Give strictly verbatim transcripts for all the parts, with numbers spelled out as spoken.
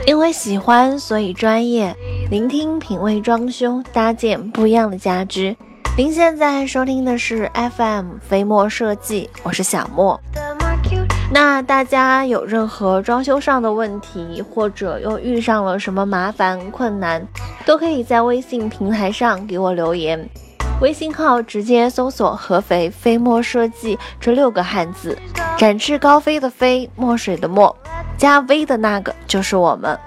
因为喜欢，所以专业。聆听品味装修，搭建不一样的家居。您现在收听的是 F M 飞墨设计，我是小莫。那大家有任何装修上的问题，或者又遇上了什么麻烦困难，都可以在微信平台上给我留言。微信号直接搜索合肥飞墨设计这六个汉字，展翅高飞的飞，墨水的墨，加 V 的那个就是我们。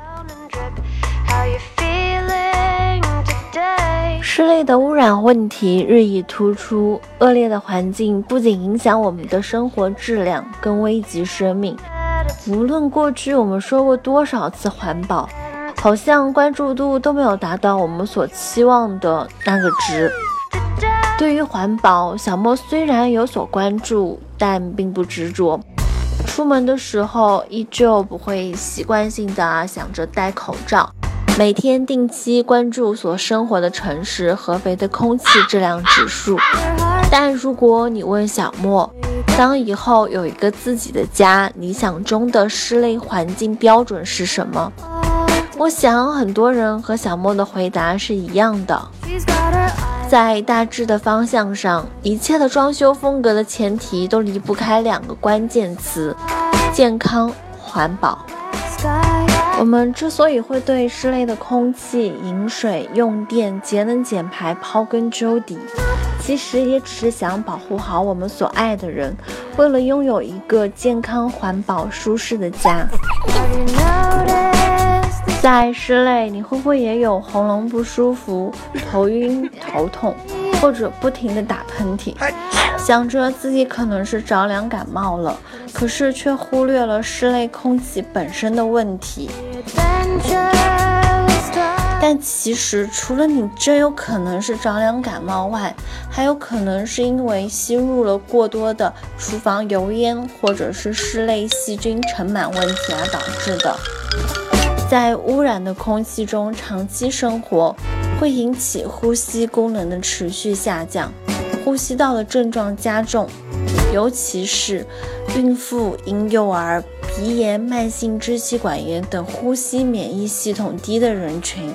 室内的污染问题日益突出，恶劣的环境不仅影响我们的生活质量，更危及生命。无论过去我们说过多少次环保，好像关注度都没有达到我们所期望的那个值。对于环保，小莫虽然有所关注，但并不执着。出门的时候依旧不会习惯性的想着戴口罩，每天定期关注所生活的城市合肥的空气质量指数。但如果你问小莫，当以后有一个自己的家，理想中的室内环境标准是什么？我想很多人和小莫的回答是一样的。在大致的方向上，一切的装修风格的前提都离不开两个关键词：健康、环保。我们之所以会对室内的空气、饮水、用电节能减排刨根究底，其实也只是想保护好我们所爱的人，为了拥有一个健康、环保、舒适的家。在室内，你会不会也有喉咙不舒服、头晕、头痛，或者不停地打喷嚏，想着自己可能是着凉感冒了，可是却忽略了室内空气本身的问题。但其实除了你真有可能是着凉感冒外，还有可能是因为吸入了过多的厨房油烟，或者是室内细菌尘螨问题而导致的。在污染的空气中长期生活，会引起呼吸功能的持续下降，呼吸道的症状加重，尤其是孕妇、婴幼儿、鼻炎、慢性支气管炎等呼吸免疫系统低的人群。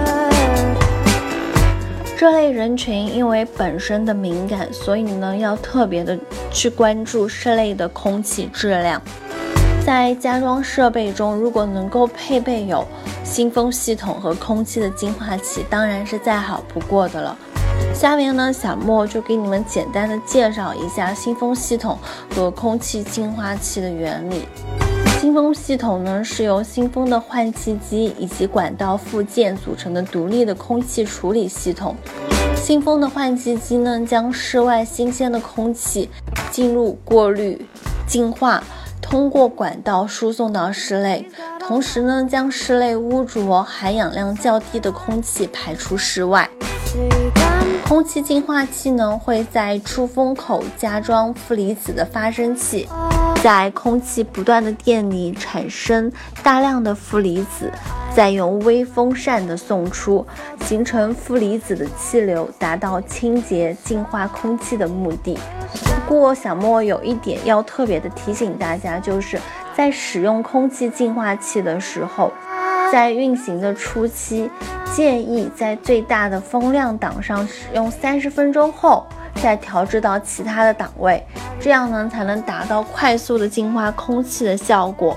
这类人群因为本身的敏感，所以呢要特别的去关注室内的空气质量。在家装设备中，如果能够配备有新风系统和空气的净化器，当然是再好不过的了。下面呢，小莫就给你们简单的介绍一下新风系统和空气净化器的原理。新风系统呢，是由新风的换气机以及管道附件组成的独立的空气处理系统。新风的换气机呢，将室外新鲜的空气进入过滤、净化，通过管道输送到室内，同时呢，将室内污浊、含氧量较低的空气排出室外。空气净化器呢，会在出风口加装负离子的发生器，在空气不断的电里产生大量的负离子，再用微风扇的送出，形成负离子的气流，达到清洁净化空气的目的。不过小莫有一点要特别的提醒大家，就是在使用空气净化器的时候，在运行的初期，建议在最大的风量档上使用三十分钟后，再调至到其他的档位，这样呢才能达到快速的净化空气的效果。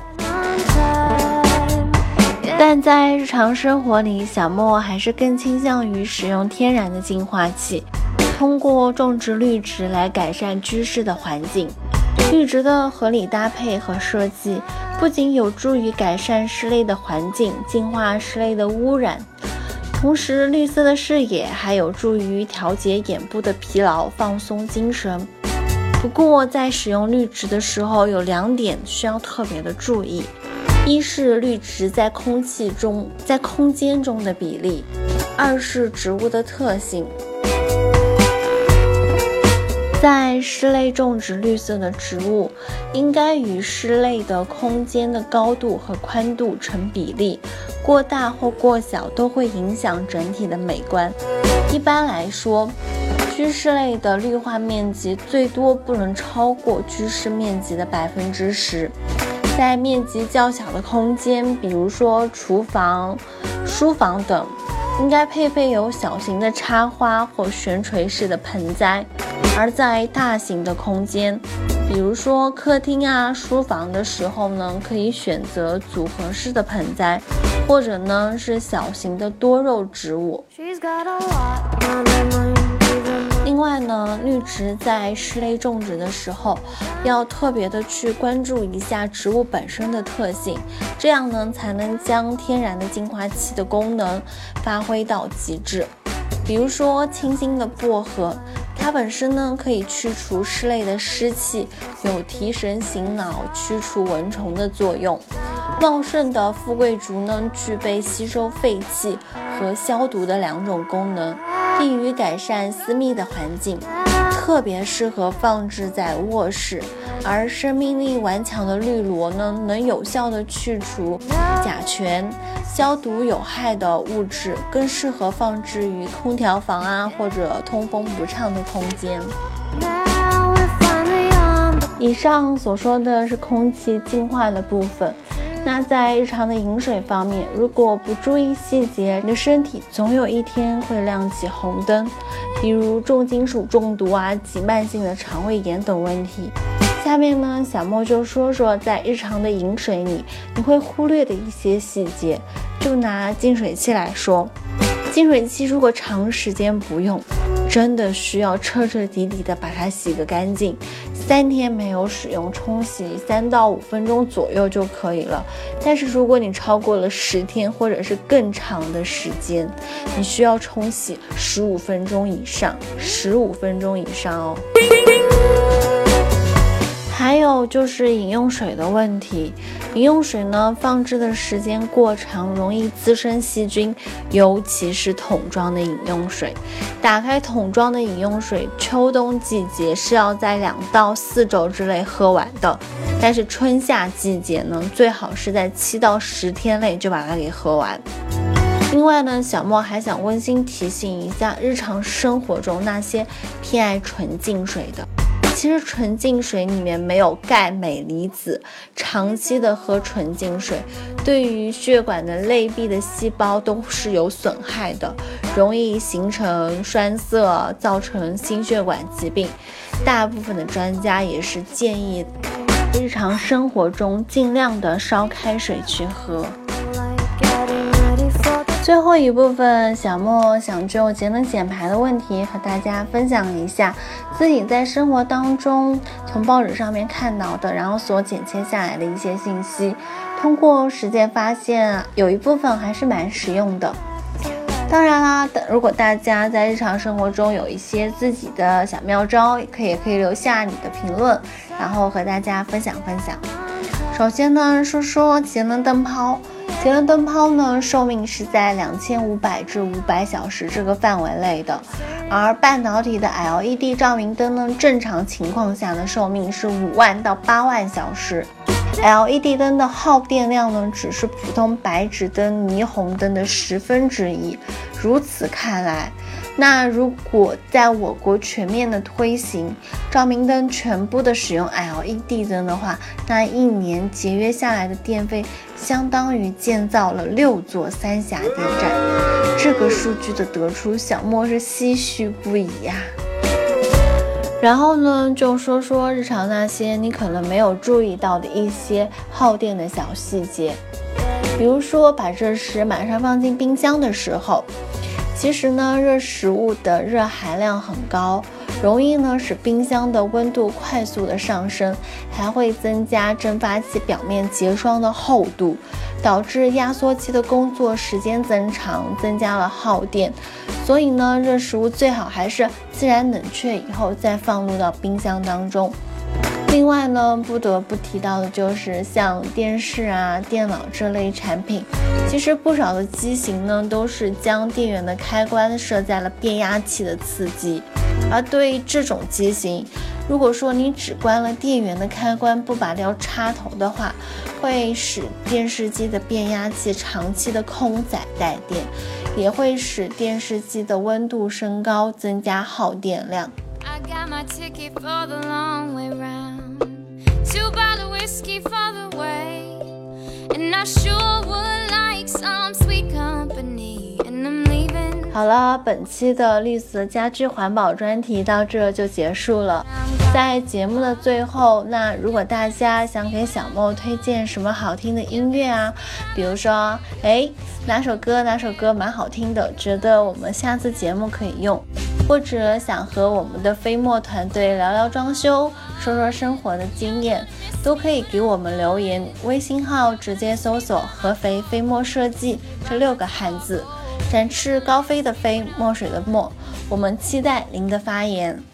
但在日常生活里，小莫还是更倾向于使用天然的净化器，通过种植绿植来改善居室的环境。绿植的合理搭配和设计，不仅有助于改善室内的环境，净化室内的污染，同时绿色的视野还有助于调节眼部的疲劳，放松精神。不过在使用绿植的时候，有两点需要特别的注意。一是绿植在空气中在空间中的比例，二是植物的特性。在室内种植绿色的植物，应该与室内的空间的高度和宽度成比例，过大或过小都会影响整体的美观。一般来说，居室内的绿化面积最多不能超过居室面积的百分之十。 在面积较小的空间，比如说厨房、书房等，应该配备有小型的插花或悬垂式的盆栽；而在大型的空间，比如说客厅啊、书房的时候呢，可以选择组合式的盆栽，或者呢是小型的多肉植物。另外呢，绿植在室内种植的时候，要特别的去关注一下植物本身的特性，这样呢才能将天然的净化器的功能发挥到极致。比如说清新的薄荷，它本身呢可以去除室内的湿气，有提神醒脑、驱除蚊虫的作用。旺盛的富贵竹呢，具备吸收废气和消毒的两种功能，利于改善私密的环境，特别适合放置在卧室。而生命力顽强的绿萝呢，能有效的去除甲醛，消毒有害的物质，更适合放置于空调房啊，或者通风不畅的空间。以上所说的是空气净化的部分。那在日常的饮水方面，如果不注意细节，你的身体总有一天会亮起红灯，比如重金属中毒啊、及慢性的肠胃炎等问题。下面呢，小莫就说说在日常的饮水里你会忽略的一些细节。就拿净水器来说，净水器如果长时间不用，真的需要彻彻底底的把它洗个干净，三天没有使用，冲洗三到五分钟左右就可以了。但是如果你超过了十天或者是更长的时间，你需要冲洗十五分钟以上，十五分钟以上哦。还有就是饮用水的问题，饮用水呢放置的时间过长，容易滋生细菌，尤其是桶装的饮用水。打开桶装的饮用水，秋冬季节是要在两到四周之内喝完的，但是春夏季节呢，最好是在七到十天内就把它给喝完。另外呢，小莫还想温馨提醒一下日常生活中那些偏爱纯净水的。其实纯净水里面没有钙、镁离子，长期的喝纯净水对于血管的内壁的细胞都是有损害的，容易形成栓塞，造成心血管疾病。大部分的专家也是建议日常生活中尽量的烧开水去喝。最后一部分，小莫想就节能减排的问题和大家分享一下自己在生活当中从报纸上面看到的，然后所剪切下来的一些信息。通过实践发现，有一部分还是蛮实用的。当然啦，如果大家在日常生活中有一些自己的小妙招，也可以也可以留下你的评论，然后和大家分享分享。首先呢，说说节能灯泡。节能灯泡呢，寿命是在两千五百至五百小时这个范围内的，而半导体的 L E D 照明灯呢，正常情况下的寿命是五万到八万小时。L E D 灯的耗电量呢，只是普通白炽灯、霓虹灯的十分之一。如此看来，那如果在我国全面的推行照明灯全部的使用 L E D 灯的话，那一年节约下来的电费相当于建造了六座三峡电站。这个数据的得出，小莫是唏嘘不已呀、啊。然后呢，就说说日常那些你可能没有注意到的一些耗电的小细节，比如说把热食马上放进冰箱的时候，其实呢，热食物的热含量很高，容易呢使冰箱的温度快速的上升，还会增加蒸发器表面结霜的厚度，导致压缩机的工作时间增长，增加了耗电。所以呢，热食物最好还是自然冷却以后再放入到冰箱当中。另外呢，不得不提到的就是像电视啊、电脑这类产品，其实不少的机型呢都是将电源的开关设在了变压器的次级，而对于这种机型，如果说你只关了电源的开关，不拔掉插头的话，会使电视机的变压器长期的空载带电，也会使电视机的温度升高，增加耗电量。 two bottle whiskey for the way, and I sure would like some sweet company, and I'm leaving. 好了，本期的绿色家居环保专题到这就结束了。在节目的最后，那如果大家想给小莫推荐什么好听的音乐啊，比如说哎哪首歌哪首歌蛮好听的，觉得我们下次节目可以用，或者想和我们的飞墨团队聊聊装修，说说生活的经验，都可以给我们留言，微信号直接搜索合肥飞墨设计这六个汉字，展翅高飞的飞，墨水的墨，我们期待您的发言。